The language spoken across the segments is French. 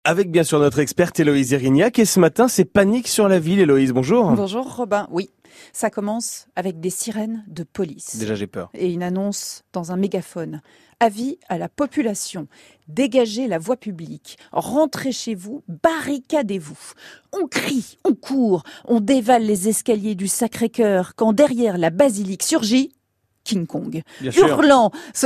Avec bien sûr notre experte Héloïse Erignac. Et ce matin, c'est panique sur la ville. Héloïse, bonjour. Bonjour Robin, oui. Ça commence avec des sirènes de police. Déjà j'ai peur. Et une annonce dans un mégaphone. Avis à la population. Dégagez la voie publique. Rentrez chez vous. Barricadez-vous. On crie, on court, on dévale les escaliers du Sacré-Cœur quand derrière la basilique surgit King Kong. Bien sûr. Hurlant,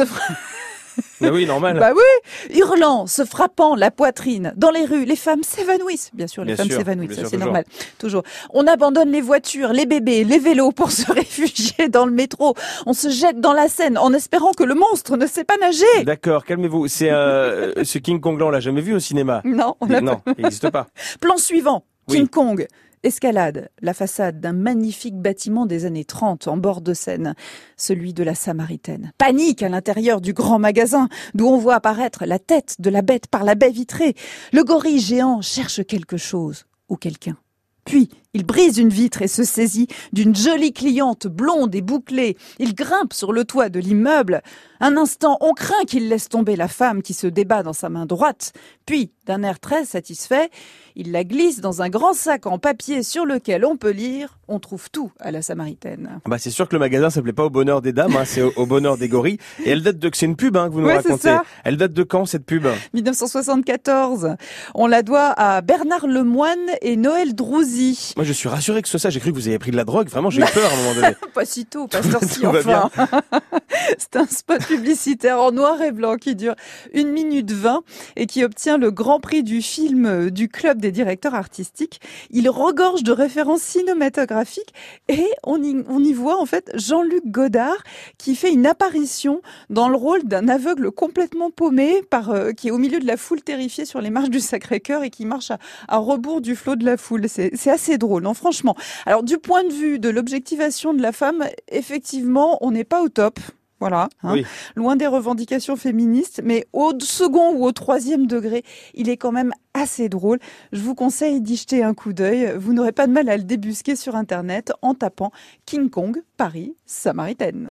Mais oui, normal. Bah oui, hurlant, se frappant la poitrine. Dans les rues, les femmes s'évanouissent. Bien sûr, les Bien femmes sûr, s'évanouissent, bien ça sûr, c'est toujours. normal. Toujours. On abandonne les voitures, les bébés, les vélos pour se réfugier dans le métro. On se jette dans la Seine en espérant que le monstre ne sait pas nager. D'accord, calmez-vous. C'est ce King Kong là, on l'a jamais vu au cinéma. Non, Non, il n'existe pas. Plan suivant, Oui. King Kong. Escalade, la façade d'un magnifique bâtiment des années 30 en bord de Seine, celui de la Samaritaine. Panique à l'intérieur du grand magasin, d'où on voit apparaître la tête de la bête par la baie vitrée. Le gorille géant cherche quelque chose ou quelqu'un. Puis, il brise une vitre et se saisit d'une jolie cliente blonde et bouclée. Il grimpe sur le toit de l'immeuble. Un instant, on craint qu'il laisse tomber la femme qui se débat dans sa main droite. Puis, d'un air très satisfait, il la glisse dans un grand sac en papier sur lequel on peut lire « On trouve tout à la Samaritaine Bah c'est sûr que le magasin s'appelait pas Au Bonheur des Dames, c'est au Bonheur des Gorilles. Et elle date de... C'est une pub que vous nous Ouais, c'est racontez. ça. Elle date de quand cette pub » 1974. On la doit à Bernard Lemoine et Noël Drouzy. Moi je suis rassuré que ce soit ça. J'ai cru que vous aviez pris de la drogue. Vraiment, j'ai eu peur à un moment donné. Pas si tôt, pas sorci Tout va enfin. C'est un spot publicitaire en noir et blanc qui dure 1 minute 20 et qui obtient le grand prix du film du club des directeurs artistiques. Il regorge de références cinématographiques et on y voit en fait Jean-Luc Godard qui fait une apparition dans le rôle d'un aveugle complètement paumé qui est au milieu de la foule terrifiée sur les marches du Sacré-Cœur et qui marche à rebours du flot de la foule. C'est assez drôle, non, franchement. Alors, du point de vue de l'objectivation de la femme, effectivement, on n'est pas au top. Voilà, Oui. Loin des revendications féministes, mais au second ou au troisième degré, il est quand même assez drôle. Je vous conseille d'y jeter un coup d'œil. Vous n'aurez pas de mal à le débusquer sur Internet en tapant King Kong Paris Samaritaine.